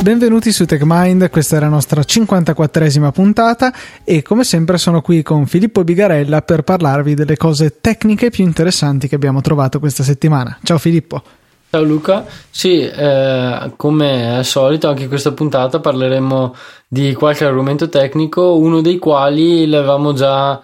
Benvenuti su TechMind, questa è la nostra 54esima puntata e come sempre sono qui con Filippo Bigarella per parlarvi delle cose tecniche più interessanti che abbiamo trovato questa settimana. Ciao Filippo. Ciao Luca, sì, come al solito anche in questa puntata parleremo di qualche argomento tecnico, uno dei quali l'avevamo già,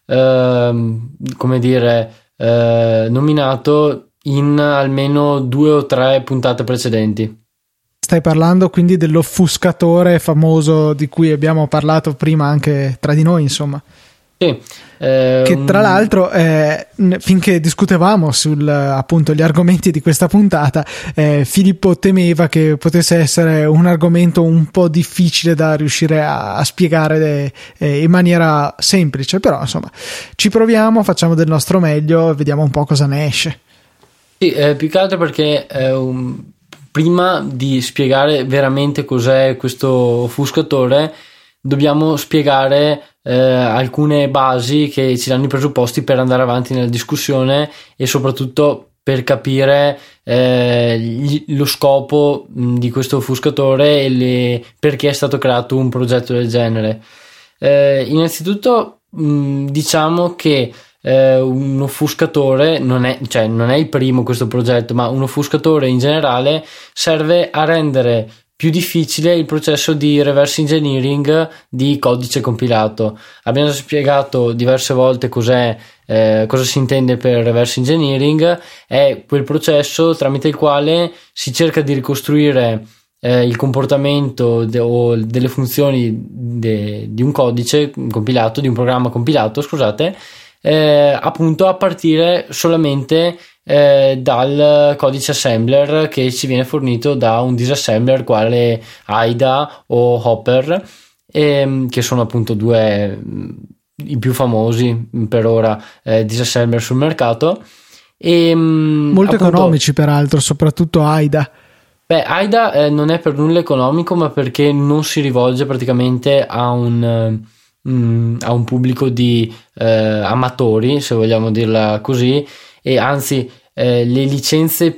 nominato in almeno 2 o 3 puntate precedenti. Stai parlando quindi dell'offuscatore famoso di cui abbiamo parlato prima anche tra di noi, insomma. Sì, che tra l'altro finché discutevamo sul appunto gli argomenti di questa puntata, Filippo temeva che potesse essere un argomento un po' difficile da riuscire a spiegare in maniera semplice, però insomma ci proviamo, facciamo del nostro meglio e vediamo un po' cosa ne esce. Sì, più che altro perché prima di spiegare veramente cos'è questo offuscatore dobbiamo spiegare alcune basi che ci danno i presupposti per andare avanti nella discussione e soprattutto per capire lo scopo di questo offuscatore e perché è stato creato un progetto del genere. Innanzitutto diciamo che un offuscatore non è il primo questo progetto, ma un offuscatore in generale serve a rendere più difficile il processo di reverse engineering di codice compilato. Abbiamo già spiegato diverse volte cosa si intende per reverse engineering. È quel processo tramite il quale si cerca di ricostruire il comportamento o delle funzioni di un codice compilato, di un programma compilato, scusate, appunto a partire solamente dal codice assembler che ci viene fornito da un disassembler quale AIDA o Hopper, che sono appunto i più famosi per ora disassembler sul mercato e molto appunto, economici peraltro, soprattutto AIDA. AIDA non è per nulla economico, ma perché non si rivolge praticamente a un pubblico di amatori, se vogliamo dirla così, e anzi le licenze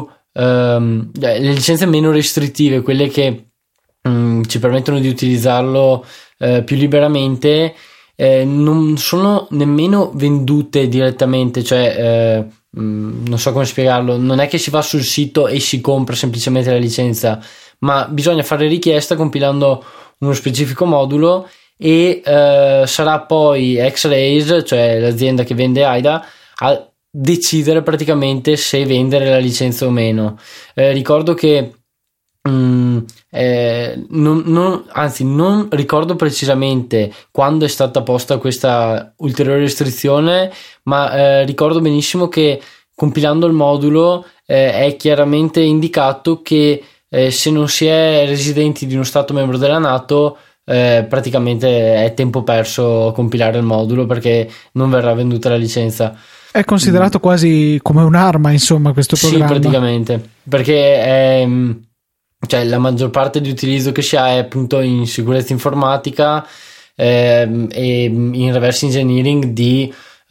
le licenze meno restrittive, quelle che ci permettono di utilizzarlo più liberamente, non sono nemmeno vendute direttamente, cioè non so come spiegarlo, non è che si va sul sito e si compra semplicemente la licenza, ma bisogna fare richiesta compilando uno specifico modulo e sarà poi X-Rays, cioè l'azienda che vende AIDA, a decidere praticamente se vendere la licenza o meno. Ricordo che non ricordo precisamente quando è stata posta questa ulteriore restrizione, ma ricordo benissimo che compilando il modulo è chiaramente indicato che se non si è residenti di uno stato membro della NATO, praticamente è tempo perso compilare il modulo, perché non verrà venduta la licenza. È considerato quasi come un'arma, insomma, questo programma. Sì, praticamente, perché cioè la maggior parte di utilizzo che si ha è appunto in sicurezza informatica e in reverse engineering di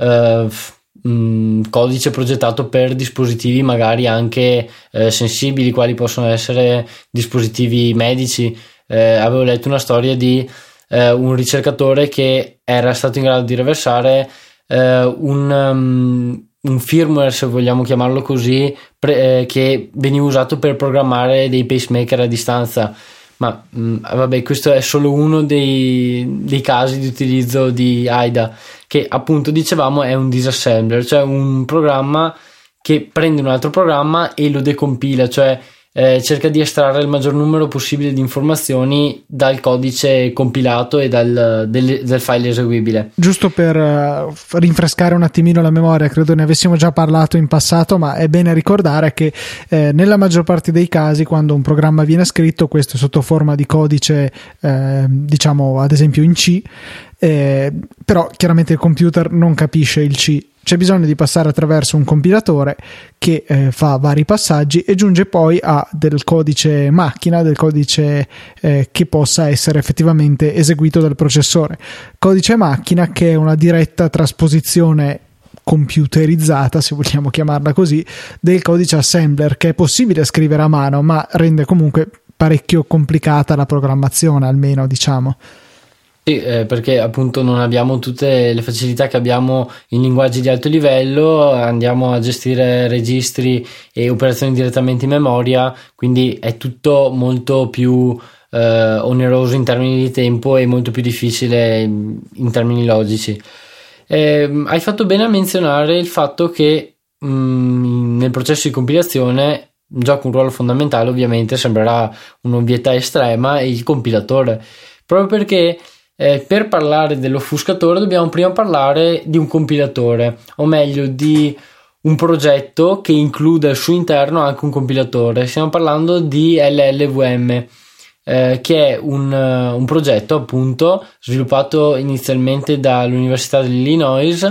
codice progettato per dispositivi magari anche sensibili, quali possono essere dispositivi medici. Avevo letto una storia di un ricercatore che era stato in grado di reversare un firmware, se vogliamo chiamarlo così, che veniva usato per programmare dei pacemaker a distanza. Ma vabbè, questo è solo uno dei casi di utilizzo di AIDA, che appunto dicevamo è un disassembler, cioè un programma che prende un altro programma e lo decompila, cioè cerca di estrarre il maggior numero possibile di informazioni dal codice compilato e del file eseguibile. Giusto per rinfrescare un attimino la memoria, credo ne avessimo già parlato in passato, ma è bene ricordare che nella maggior parte dei casi, quando un programma viene scritto, questo è sotto forma di codice, diciamo ad esempio in C, però chiaramente il computer non capisce il C. C'è bisogno di passare attraverso un compilatore che fa vari passaggi e giunge poi a del codice macchina, del codice che possa essere effettivamente eseguito dal processore. Codice macchina che è una diretta trasposizione computerizzata, se vogliamo chiamarla così, del codice assembler, che è possibile scrivere a mano, ma rende comunque parecchio complicata la programmazione, almeno diciamo. Sì, perché appunto non abbiamo tutte le facilità che abbiamo in linguaggi di alto livello, andiamo a gestire registri e operazioni direttamente in memoria, quindi è tutto molto più oneroso in termini di tempo e molto più difficile in termini logici. Hai fatto bene a menzionare il fatto che nel processo di compilazione gioca un ruolo fondamentale, ovviamente sembrerà un'ovvietà estrema, il compilatore, proprio perché per parlare dell'offuscatore dobbiamo prima parlare di un compilatore, o meglio di un progetto che include al suo interno anche un compilatore. Stiamo parlando di LLVM, che è un progetto appunto sviluppato inizialmente dall'Università dell'Illinois,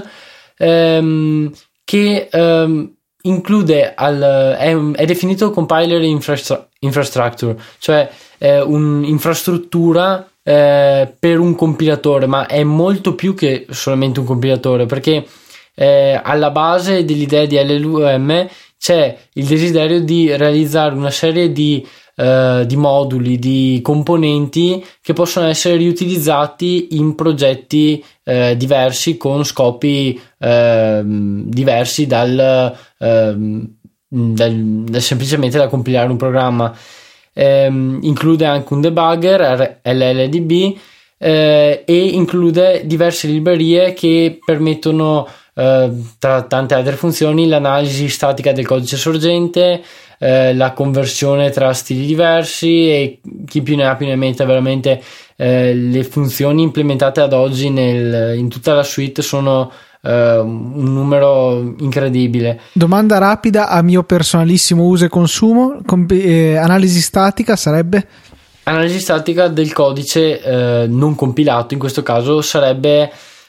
che include è definito compiler infrastructure, cioè un'infrastruttura per un compilatore, ma è molto più che solamente un compilatore, perché alla base dell'idea di LLVM c'è il desiderio di realizzare una serie di moduli, di componenti che possono essere riutilizzati in progetti diversi con scopi diversi dal semplicemente da compilare un programma. Include anche un debugger LLDB e include diverse librerie che permettono, tra tante altre funzioni, l'analisi statica del codice sorgente, la conversione tra stili diversi e chi più ne ha più ne metta. Veramente le funzioni implementate ad oggi in tutta la suite sono un numero incredibile. Domanda rapida a mio personalissimo uso e consumo: analisi statica sarebbe? Analisi statica del codice non compilato, in questo caso sarebbe,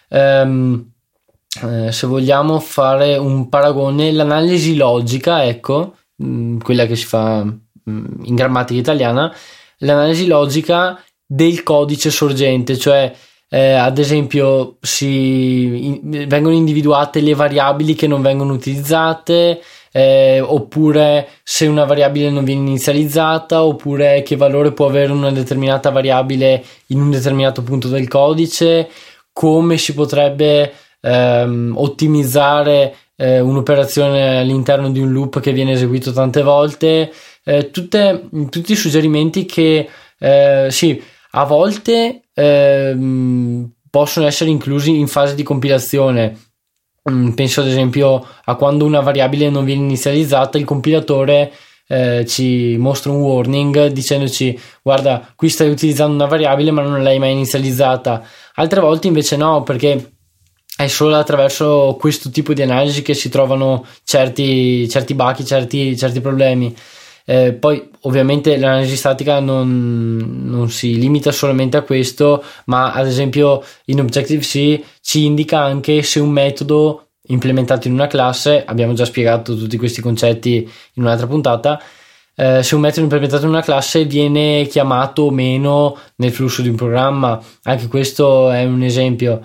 se vogliamo fare un paragone, l'analisi logica, ecco, quella che si fa in grammatica italiana, l'analisi logica del codice sorgente, cioè ad esempio vengono individuate le variabili che non vengono utilizzate, oppure se una variabile non viene inizializzata, oppure che valore può avere una determinata variabile in un determinato punto del codice, come si potrebbe ottimizzare un'operazione all'interno di un loop che viene eseguito tante volte, tutti i suggerimenti che sì, a volte possono essere inclusi in fase di compilazione. Penso ad esempio a quando una variabile non viene inizializzata, il compilatore ci mostra un warning dicendoci: guarda, qui stai utilizzando una variabile ma non l'hai mai inizializzata. Altre volte invece no, perché è solo attraverso questo tipo di analisi che si trovano certi bachi, certi problemi. Poi ovviamente l'analisi statica non si limita solamente a questo, ma ad esempio in Objective-C ci indica anche se un metodo implementato in una classe, abbiamo già spiegato tutti questi concetti in un'altra puntata, se un metodo implementato in una classe viene chiamato o meno nel flusso di un programma. Anche questo è un esempio.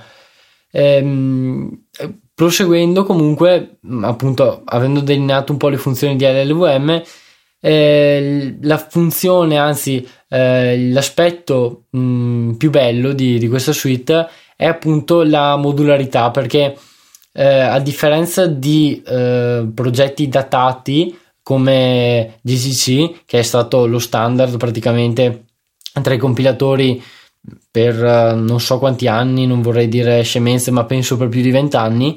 Proseguendo, comunque, appunto, avendo delineato un po' le funzioni di LLVM, la funzione, anzi l'aspetto più bello di questa suite è appunto la modularità, perché a differenza di progetti datati come GCC, che è stato lo standard praticamente tra i compilatori per non so quanti anni, non vorrei dire scemenze, ma penso per più di 20 anni,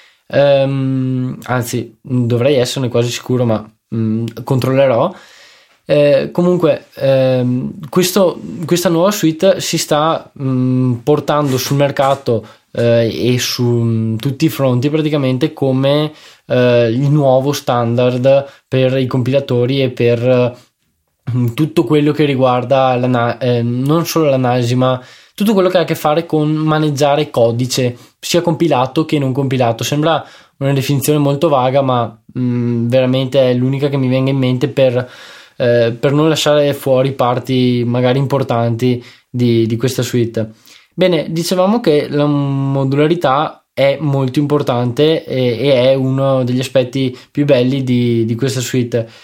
anzi dovrei esserne quasi sicuro, ma controllerò. Comunque questa nuova suite si sta portando sul mercato e su tutti i fronti praticamente come il nuovo standard per i compilatori e per tutto quello che riguarda non solo l'analisi, ma tutto quello che ha a che fare con maneggiare codice sia compilato che non compilato. Sembra una definizione molto vaga, ma veramente è l'unica che mi venga in mente per non lasciare fuori parti magari importanti di questa suite. Bene, dicevamo che la modularità è molto importante e è uno degli aspetti più belli di questa suite,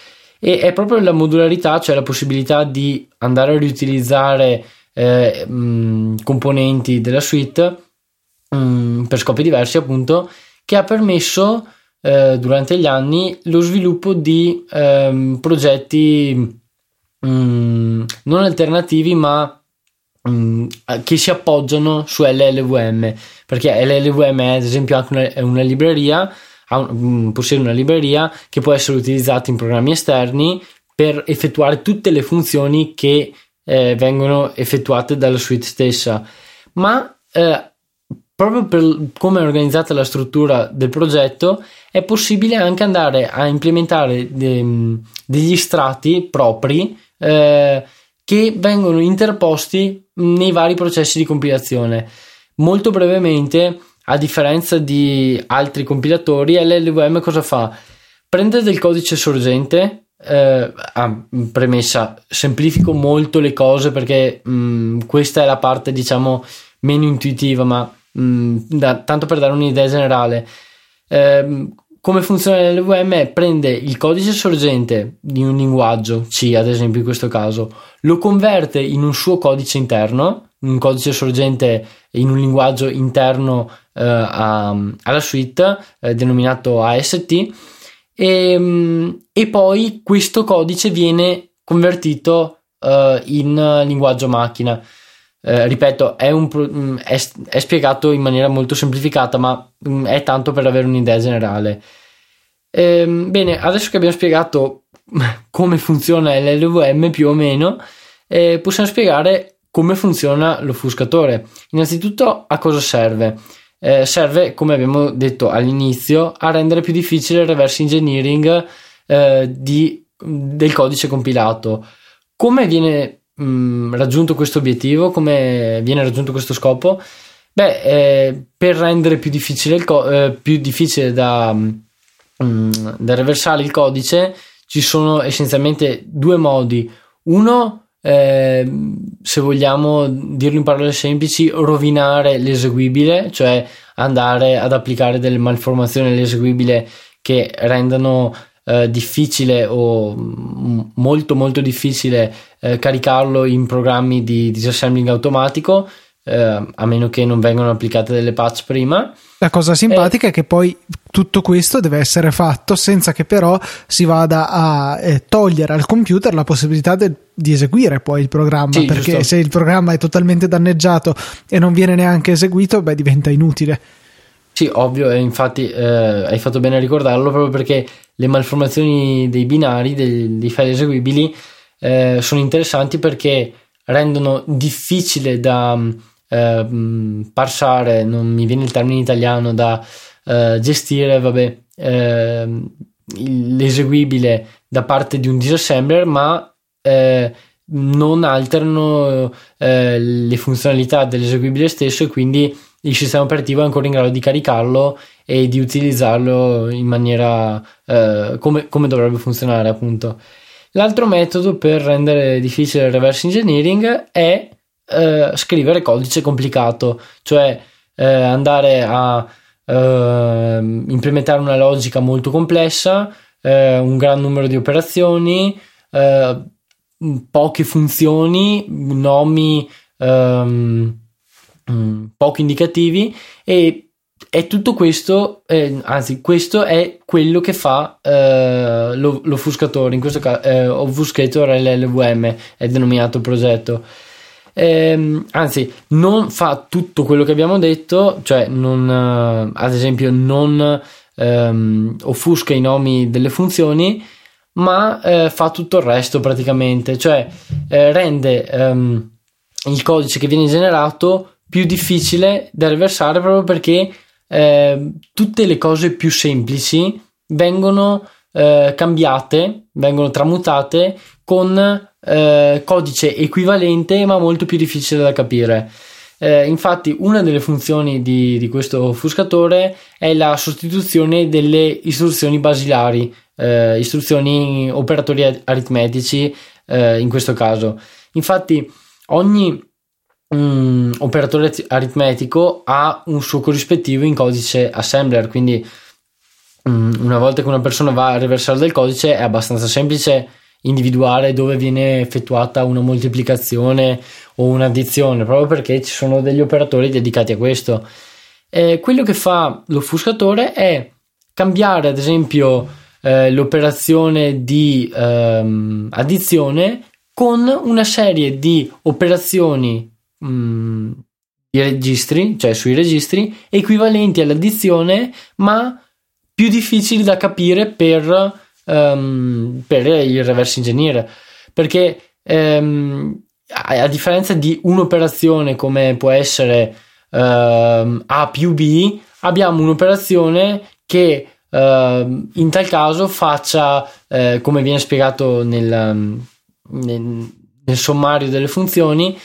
e è proprio la modularità, cioè la possibilità di andare a riutilizzare componenti della suite per scopi diversi, appunto, che ha permesso durante gli anni lo sviluppo di progetti non alternativi ma che si appoggiano su LLVM, perché LLVM è ad esempio anche una libreria, possiede una libreria che può essere utilizzata in programmi esterni per effettuare tutte le funzioni che vengono effettuate dalla suite stessa, ma proprio per come è organizzata la struttura del progetto è possibile anche andare a implementare degli strati propri che vengono interposti nei vari processi di compilazione. Molto brevemente, a differenza di altri compilatori, LLVM cosa fa? Prende del codice sorgente, premessa, semplifico molto le cose perché questa è la parte, diciamo, meno intuitiva, ma tanto per dare un'idea generale. Come funziona l'LVM? Prende il codice sorgente di un linguaggio C, ad esempio in questo caso, lo converte in un suo codice interno, un codice sorgente in un linguaggio interno alla suite, denominato AST, e poi questo codice viene convertito in linguaggio macchina. Ripeto, è spiegato in maniera molto semplificata, ma è tanto per avere un'idea generale. Bene, adesso che abbiamo spiegato come funziona l'LVM più o meno, possiamo spiegare come funziona l'offuscatore. Innanzitutto, a cosa serve? Serve, come abbiamo detto all'inizio, a rendere più difficile il reverse engineering del codice compilato. Come viene raggiunto questo obiettivo, come viene raggiunto questo scopo? Per rendere più difficile da reversare il codice ci sono essenzialmente due modi. Uno, se vogliamo dirlo in parole semplici, rovinare l'eseguibile, cioè andare ad applicare delle malformazioni all'eseguibile che rendano difficile o molto molto difficile caricarlo in programmi di disassembling automatico, a meno che non vengano applicate delle patch prima. La cosa simpatica è che poi tutto questo deve essere fatto senza che però si vada a togliere al computer la possibilità di eseguire poi il programma, sì, perché giusto. Se il programma è totalmente danneggiato e non viene neanche eseguito, diventa inutile. Sì, ovvio, e infatti hai fatto bene a ricordarlo, proprio perché le malformazioni dei binari, dei file eseguibili, sono interessanti perché rendono difficile da parsare, non mi viene il termine in italiano, da gestire l'eseguibile da parte di un disassembler, ma non alterano le funzionalità dell'eseguibile stesso, e quindi il sistema operativo è ancora in grado di caricarlo e di utilizzarlo in maniera come dovrebbe funzionare, appunto. L'altro metodo per rendere difficile il reverse engineering è scrivere codice complicato, cioè andare a implementare una logica molto complessa, un gran numero di operazioni, poche funzioni, nomi poco indicativi, e è tutto questo, anzi questo è quello che fa l'offuscatore, in questo caso Obfuscator LLVM è denominato il progetto. Anzi, non fa tutto quello che abbiamo detto, cioè non, ad esempio non offusca i nomi delle funzioni, ma fa tutto il resto praticamente, cioè rende il codice che viene generato più difficile da riversare, proprio perché tutte le cose più semplici vengono cambiate, vengono tramutate con codice equivalente ma molto più difficile da capire. Infatti una delle funzioni di questo offuscatore è la sostituzione delle istruzioni basilari, istruzioni operatori aritmetici in questo caso. Infatti ogni operatore aritmetico ha un suo corrispettivo in codice assembler, quindi una volta che una persona va a riversare del codice, è abbastanza semplice individuare dove viene effettuata una moltiplicazione o un'addizione, proprio perché ci sono degli operatori dedicati a questo. Quello che fa l'offuscatore è cambiare, ad esempio, l'operazione di addizione con una serie di operazioni di registri, cioè sui registri, equivalenti all'addizione, ma più difficili da capire per il reverse engineer, perché a differenza di un'operazione come può essere A più B, abbiamo un'operazione che in tal caso faccia, come viene spiegato nel sommario delle funzioni,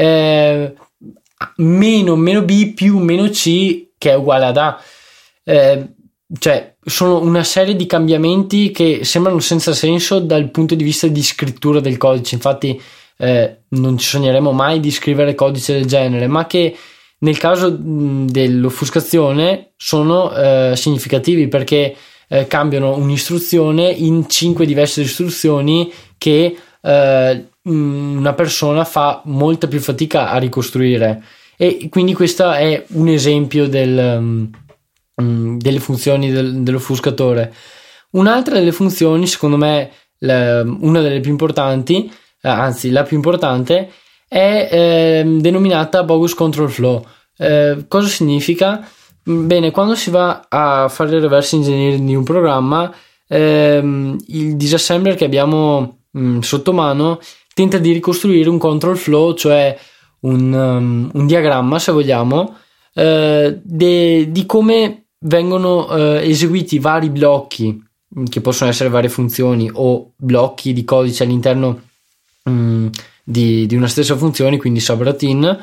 meno B più meno C, che è uguale ad A. Cioè sono una serie di cambiamenti che sembrano senza senso dal punto di vista di scrittura del codice. Infatti non ci sogneremo mai di scrivere codice del genere, ma che nel caso dell'offuscazione sono significativi, perché cambiano un'istruzione in 5 diverse istruzioni che una persona fa molta più fatica a ricostruire. E quindi questo è un esempio delle funzioni dell'offuscatore. Un'altra delle funzioni, secondo me una delle più importanti, anzi la più importante, è denominata bogus control flow. Cosa significa? Bene, quando si va a fare il reverse engineering di un programma, il disassembler che abbiamo sotto mano tenta di ricostruire un control flow, cioè un diagramma, se vogliamo, di come vengono eseguiti vari blocchi, che possono essere varie funzioni o blocchi di codice all'interno di una stessa funzione, quindi subroutine,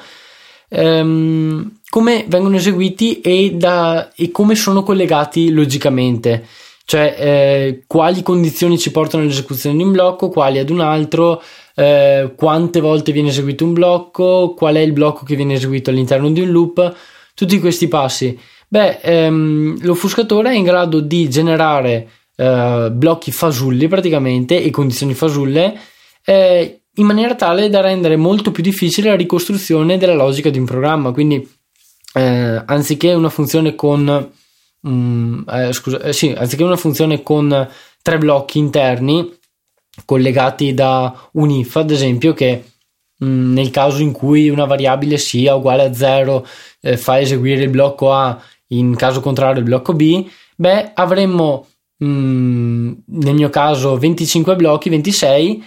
come vengono eseguiti e come sono collegati logicamente, cioè quali condizioni ci portano all'esecuzione di un blocco, quali ad un altro, quante volte viene eseguito un blocco, qual è il blocco che viene eseguito all'interno di un loop, tutti questi passi. L'offuscatore è in grado di generare blocchi fasulli praticamente e condizioni fasulle, in maniera tale da rendere molto più difficile la ricostruzione della logica di un programma. Quindi anziché una funzione con anziché una funzione con 3 blocchi interni collegati da un if, ad esempio, che nel caso in cui una variabile sia uguale a 0 fa eseguire il blocco A, in caso contrario il blocco B, avremmo nel mio caso 25 blocchi, 26,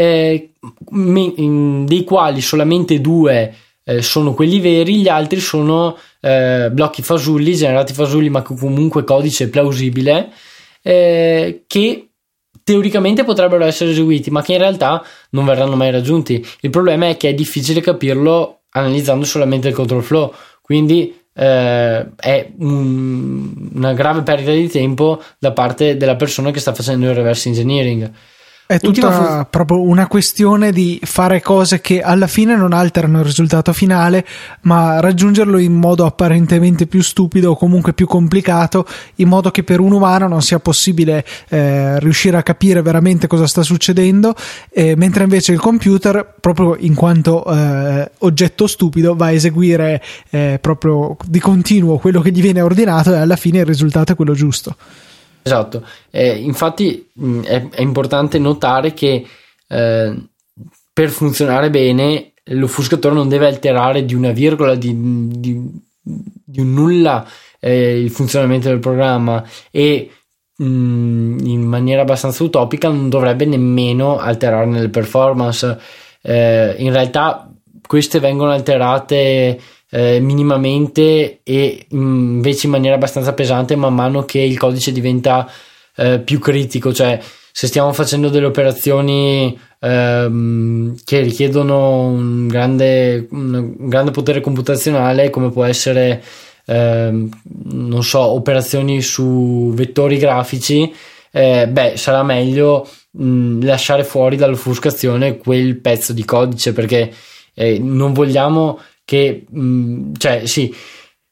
dei quali solamente 2 sono quelli veri, gli altri sono blocchi fasulli, generati fasulli, ma comunque codice plausibile, che teoricamente potrebbero essere eseguiti, ma che in realtà non verranno mai raggiunti. Il problema è che è difficile capirlo analizzando solamente il control flow, quindi è una grave perdita di tempo da parte della persona che sta facendo il reverse engineering. È tutta proprio una questione di fare cose che alla fine non alterano il risultato finale, ma raggiungerlo in modo apparentemente più stupido o comunque più complicato, in modo che per un umano non sia possibile riuscire a capire veramente cosa sta succedendo, mentre invece il computer, proprio in quanto oggetto stupido, va a eseguire proprio di continuo quello che gli viene ordinato, e alla fine il risultato è quello giusto. Esatto, infatti è importante notare che per funzionare bene l'offuscatore non deve alterare di una virgola, di un nulla il funzionamento del programma, e in maniera abbastanza utopica non dovrebbe nemmeno alterarne le performance. In realtà queste vengono alterate minimamente, e invece in maniera abbastanza pesante man mano che il codice diventa più critico. Cioè, se stiamo facendo delle operazioni che richiedono un grande potere computazionale, come può essere non so, operazioni su vettori grafici, sarà meglio lasciare fuori dall'offuscazione quel pezzo di codice, perché non vogliamo che, cioè sì,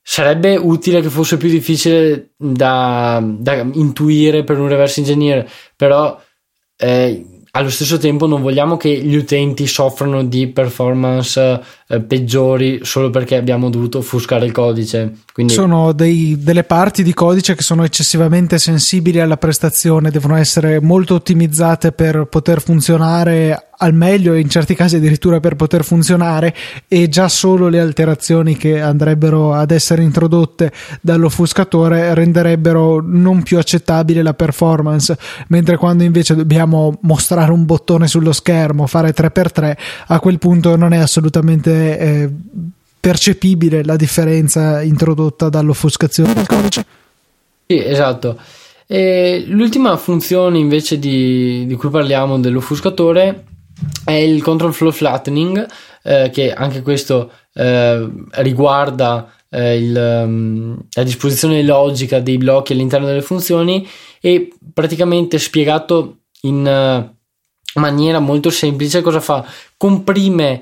sarebbe utile che fosse più difficile da intuire per un reverse engineer, però allo stesso tempo non vogliamo che gli utenti soffrano di performance peggiori solo perché abbiamo dovuto offuscare il codice. Quindi sono delle parti di codice che sono eccessivamente sensibili alla prestazione, devono essere molto ottimizzate per poter funzionare al meglio e in certi casi addirittura per poter funzionare, e già solo le alterazioni che andrebbero ad essere introdotte dall'offuscatore renderebbero non più accettabile la performance, mentre quando invece dobbiamo mostrare un bottone sullo schermo, fare 3x3, a quel punto non è assolutamente percepibile la differenza introdotta dall'offuscazione del codice. Sì, esatto. E l'ultima funzione invece di cui parliamo dell'offuscatore è il control flow flattening, che anche questo riguarda la disposizione logica dei blocchi all'interno delle funzioni, e praticamente spiegato in maniera molto semplice cosa fa: comprime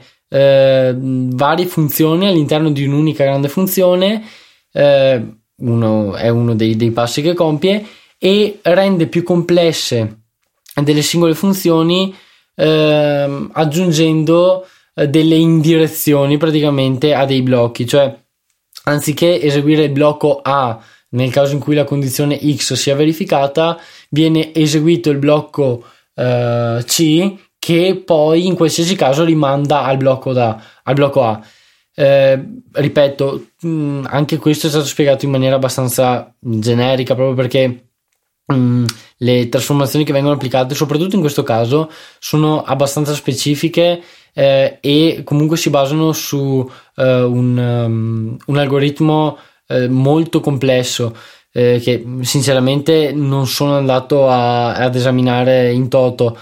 varie funzioni all'interno di un'unica grande funzione, è uno dei passi che compie, e rende più complesse delle singole funzioni aggiungendo delle indirezioni praticamente a dei blocchi. Cioè, anziché eseguire il blocco A nel caso in cui la condizione X sia verificata, viene eseguito il blocco C, che poi in qualsiasi caso rimanda al blocco A. Ripeto, anche questo è stato spiegato in maniera abbastanza generica, proprio perché le trasformazioni che vengono applicate, soprattutto in questo caso, sono abbastanza specifiche e comunque si basano su un algoritmo molto complesso, che sinceramente non sono andato ad esaminare in toto.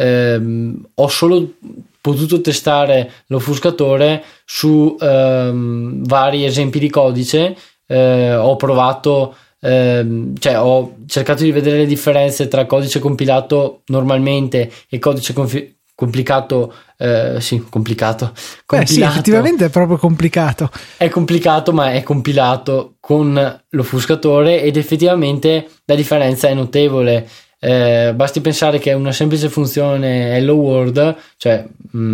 Ho solo potuto testare l'offuscatore su vari esempi di codice. Ho provato, cioè ho cercato di vedere le differenze tra codice compilato normalmente e codice complicato. Complicato. Sì, effettivamente è proprio complicato. È complicato, ma è compilato con l'offuscatore, ed effettivamente la differenza è notevole. Basti pensare che una semplice funzione hello world, cioè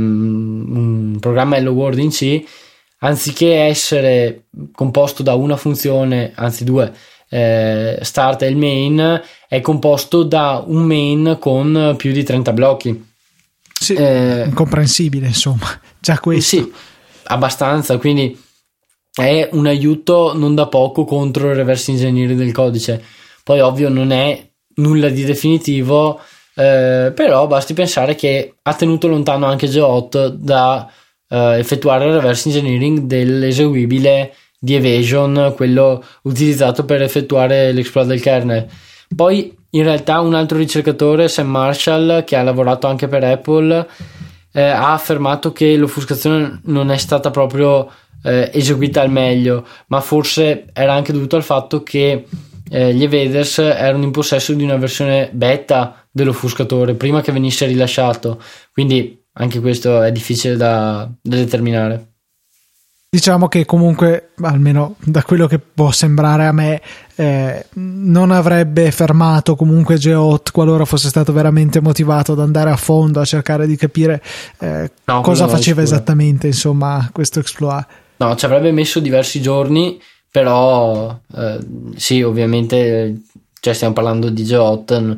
un programma hello world in C, anziché essere composto da una funzione, anzi due, start e il main, è composto da un main con più di 30 blocchi. Sì, incomprensibile, insomma, già questo. Sì, abbastanza, quindi è un aiuto non da poco contro il reverse engineering del codice. Poi ovvio non è nulla di definitivo, però basti pensare che ha tenuto lontano anche Geohot da effettuare il reverse engineering dell'eseguibile di Evasion, quello utilizzato per effettuare l'exploit del kernel. Poi in realtà un altro ricercatore, Sam Marshall, che ha lavorato anche per Apple, ha affermato che l'offuscazione non è stata proprio eseguita al meglio, ma forse era anche dovuto al fatto che gli evaders erano in possesso di una versione beta dell'offuscatore prima che venisse rilasciato, quindi anche questo è difficile da determinare. Diciamo che comunque, almeno da quello che può sembrare a me, non avrebbe fermato comunque Geohot qualora fosse stato veramente motivato ad andare a fondo a cercare di capire cosa faceva esattamente, insomma, questo exploit. No, ci avrebbe messo diversi giorni, però sì, ovviamente, cioè stiamo parlando di Geohot,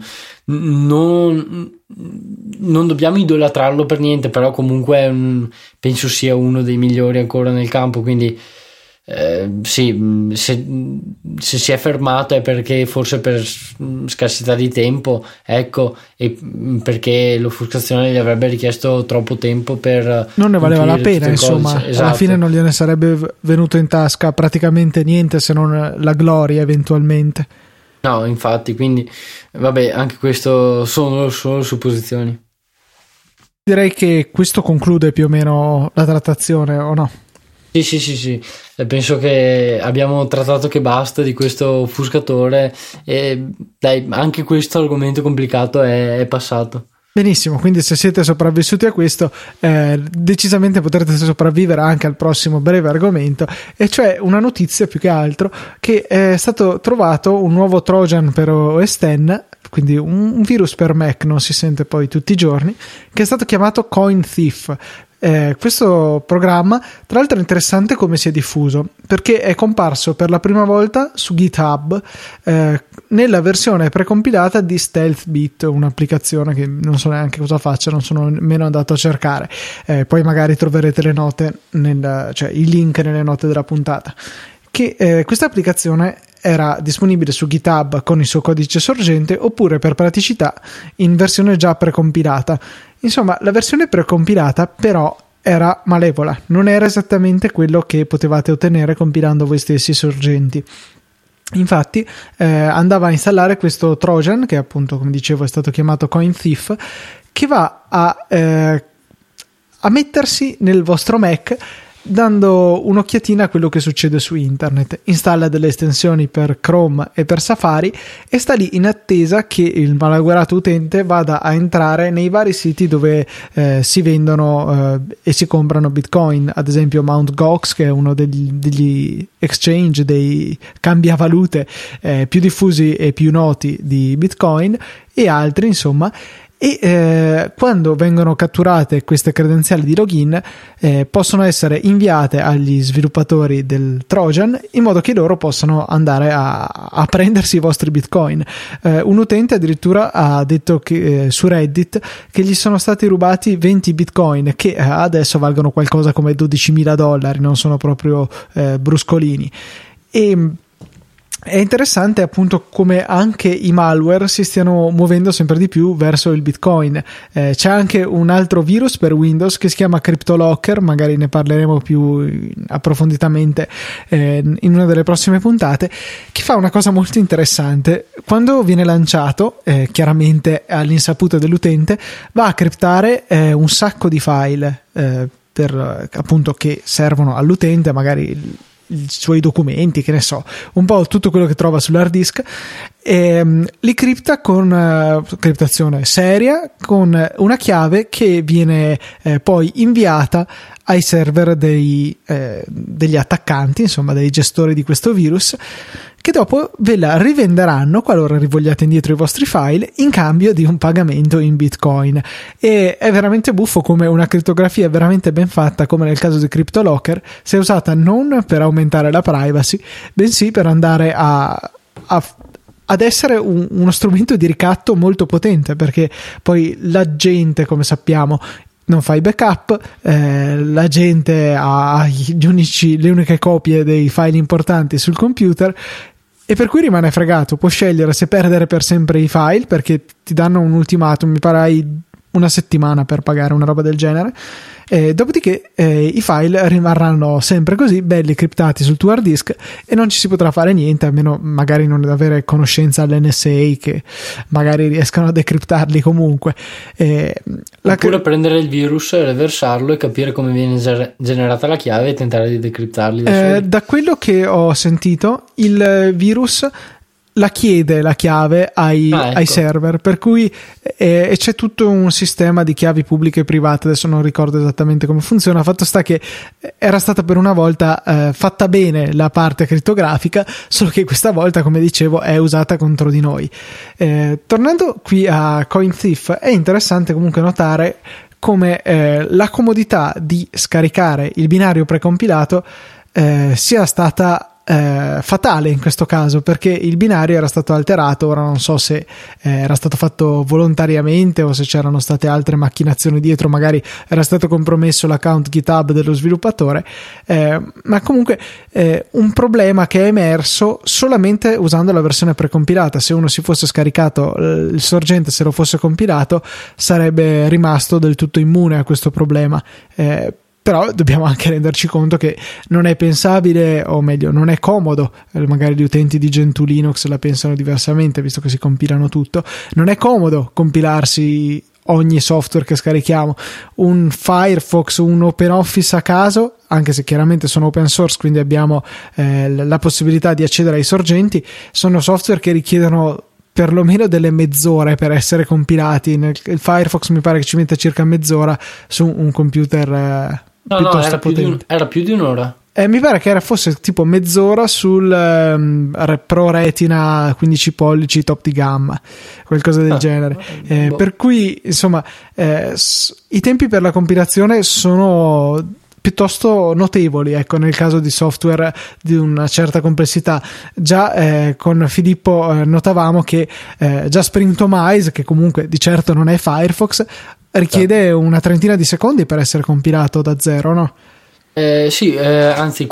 non dobbiamo idolatrarlo per niente, però comunque penso sia uno dei migliori ancora nel campo, quindi sì, se si è fermato è perché forse per scarsità di tempo, ecco, e perché l'offuscazione gli avrebbe richiesto troppo tempo per non ne valeva la pena, insomma. Esatto. Alla fine non gliene sarebbe venuto in tasca praticamente niente, se non la gloria eventualmente. No, infatti, quindi vabbè, anche questo sono supposizioni. Direi che questo conclude più o meno la trattazione, o no? Sì. Penso che abbiamo trattato che basta di questo offuscatore, e dai, anche questo argomento complicato è passato. Benissimo, quindi se siete sopravvissuti a questo, decisamente potrete sopravvivere anche al prossimo breve argomento, e cioè una notizia più che altro che è stato trovato un nuovo Trojan per OS X, quindi un virus per Mac, non si sente poi tutti i giorni, che è stato chiamato Coin Thief. Questo programma, tra l'altro, è interessante come si è diffuso, perché è comparso per la prima volta su GitHub nella versione precompilata di StealthBit, un'applicazione che non so neanche cosa faccia, non sono nemmeno andato a cercare. Poi magari troverete le note cioè i link nelle note della puntata. Che questa applicazione era disponibile su GitHub con il suo codice sorgente, oppure per praticità in versione già precompilata. Insomma, la versione precompilata però era malevola, non era esattamente quello che potevate ottenere compilando voi stessi i sorgenti. Infatti andava a installare questo Trojan, che appunto, come dicevo, è stato chiamato Coin Thief, che va a mettersi nel vostro Mac dando un'occhiatina a quello che succede su internet. Installa delle estensioni per Chrome e per Safari e sta lì in attesa che il malaugurato utente vada a entrare nei vari siti dove si vendono e si comprano Bitcoin, ad esempio Mt. Gox, che è uno degli exchange, dei cambiavalute più diffusi e più noti di Bitcoin, e altri, insomma. E quando vengono catturate queste credenziali di login possono essere inviate agli sviluppatori del Trojan, in modo che loro possano andare a prendersi i vostri Bitcoin. Un utente addirittura ha detto che su Reddit che gli sono stati rubati 20 Bitcoin, che adesso valgono qualcosa come $12.000, non sono proprio bruscolini. E è interessante appunto come anche i malware si stiano muovendo sempre di più verso il Bitcoin. C'è anche un altro virus per Windows che si chiama CryptoLocker, magari ne parleremo più approfonditamente in una delle prossime puntate, che fa una cosa molto interessante. Quando viene lanciato, chiaramente all'insaputa dell'utente, va a criptare un sacco di file per appunto che servono all'utente, magari i suoi documenti, che ne so, un po' tutto quello che trova sull'hard disk, e li cripta con criptazione seria, con una chiave che viene poi inviata ai server degli attaccanti, insomma dei gestori di questo virus, che dopo ve la rivenderanno qualora rivogliate indietro i vostri file in cambio di un pagamento in Bitcoin. E è veramente buffo come una crittografia veramente ben fatta, come nel caso di CryptoLocker, sia usata non per aumentare la privacy, bensì per andare ad essere uno strumento di ricatto molto potente, perché poi la gente, come sappiamo, non fa i backup, la gente ha le uniche copie dei file importanti sul computer, e per cui rimane fregato. Può scegliere se perdere per sempre i file, perché ti danno un ultimatum, mi pare hai una settimana per pagare, una roba del genere. Dopodiché i file rimarranno sempre così belli criptati sul tuo hard disk e non ci si potrà fare niente, a meno magari non avere conoscenza all'NSA, che magari riescano a decriptarli comunque. Oppure prendere il virus, reversarlo e capire come viene generata la chiave e tentare di decriptarli da soli. Da quello che ho sentito, il virus la chiede la chiave ai server, per cui c'è tutto un sistema di chiavi pubbliche e private, adesso non ricordo esattamente come funziona. Fatto sta che era stata per una volta fatta bene la parte crittografica, solo che questa volta, come dicevo, è usata contro di noi. Tornando qui a Coin Thief, è interessante comunque notare come la comodità di scaricare il binario precompilato sia stata fatale in questo caso, perché il binario era stato alterato. Ora non so se era stato fatto volontariamente o se c'erano state altre macchinazioni dietro, magari era stato compromesso l'account GitHub dello sviluppatore, ma comunque un problema che è emerso solamente usando la versione precompilata. Se uno si fosse scaricato il sorgente, se lo fosse compilato, sarebbe rimasto del tutto immune a questo problema. Però dobbiamo anche renderci conto che non è pensabile, o meglio non è comodo, magari gli utenti di Gentoo Linux la pensano diversamente visto che si compilano tutto, non è comodo compilarsi ogni software che scarichiamo. Un Firefox, un OpenOffice a caso, anche se chiaramente sono open source, quindi abbiamo la possibilità di accedere ai sorgenti, sono software che richiedono perlomeno delle mezz'ore per essere compilati. Il Firefox mi pare che ci metta circa mezz'ora su un computer piuttosto potente. Era più di un'ora. Mi pare che fosse tipo mezz'ora sul Pro Retina 15 pollici top di gamma, qualcosa del genere. Per cui insomma i tempi per la compilazione sono piuttosto notevoli, ecco, nel caso di software di una certa complessità. Già con Filippo notavamo che già Springtomize, che comunque di certo non è Firefox, richiede una trentina di secondi per essere compilato da zero, no? Sì, anzi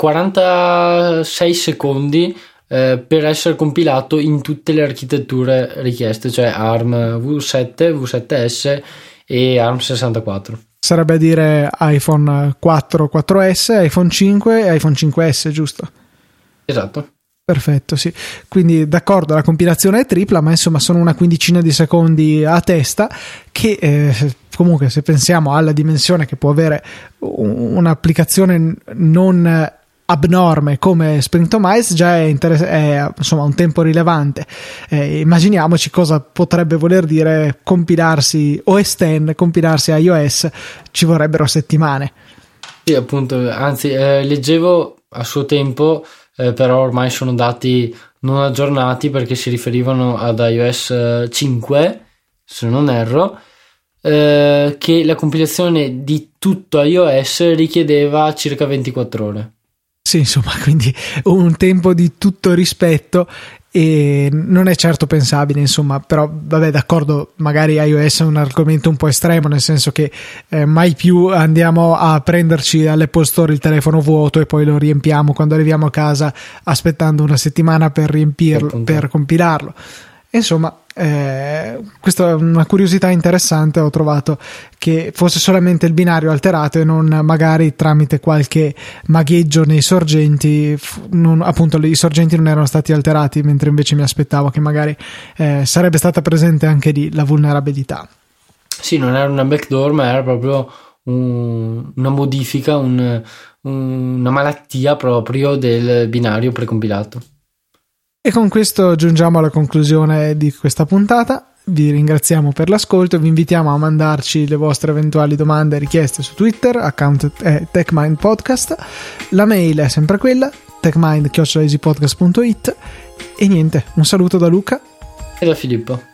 46 secondi per essere compilato in tutte le architetture richieste, cioè ARM V7, V7S e ARM 64. Sarebbe a dire iPhone 4, 4S, iPhone 5 e iPhone 5S, giusto? Esatto. Perfetto, sì. Quindi d'accordo, la compilazione è tripla, ma insomma sono una quindicina di secondi a testa che comunque, se pensiamo alla dimensione che può avere un'applicazione non abnorme come Springtomize, già è insomma un tempo rilevante. Immaginiamoci cosa potrebbe voler dire compilarsi OS X, compilarsi iOS, ci vorrebbero settimane. Sì, appunto, anzi leggevo a suo tempo, però ormai sono dati non aggiornati perché si riferivano ad iOS 5, se non erro, che la compilazione di tutto iOS richiedeva circa 24 ore. Sì, insomma, quindi un tempo di tutto rispetto, e non è certo pensabile, insomma. Però vabbè, d'accordo, magari iOS è un argomento un po' estremo, nel senso che mai più andiamo a prenderci all'Apple Store il telefono vuoto e poi lo riempiamo quando arriviamo a casa, aspettando una settimana per riempirlo, per compilarlo. Insomma, questa è una curiosità interessante. Ho trovato che fosse solamente il binario alterato e non magari tramite qualche magheggio nei sorgenti, appunto i sorgenti non erano stati alterati, mentre invece mi aspettavo che magari sarebbe stata presente anche lì la vulnerabilità. Sì, non era una backdoor, ma era proprio una modifica, una malattia proprio del binario precompilato. E con questo giungiamo alla conclusione di questa puntata. Vi ringraziamo per l'ascolto e vi invitiamo a mandarci le vostre eventuali domande e richieste su Twitter, account è TechMindPodcast, la mail è sempre quella, techmind@easypodcast.it. E niente, un saluto da Luca e da Filippo.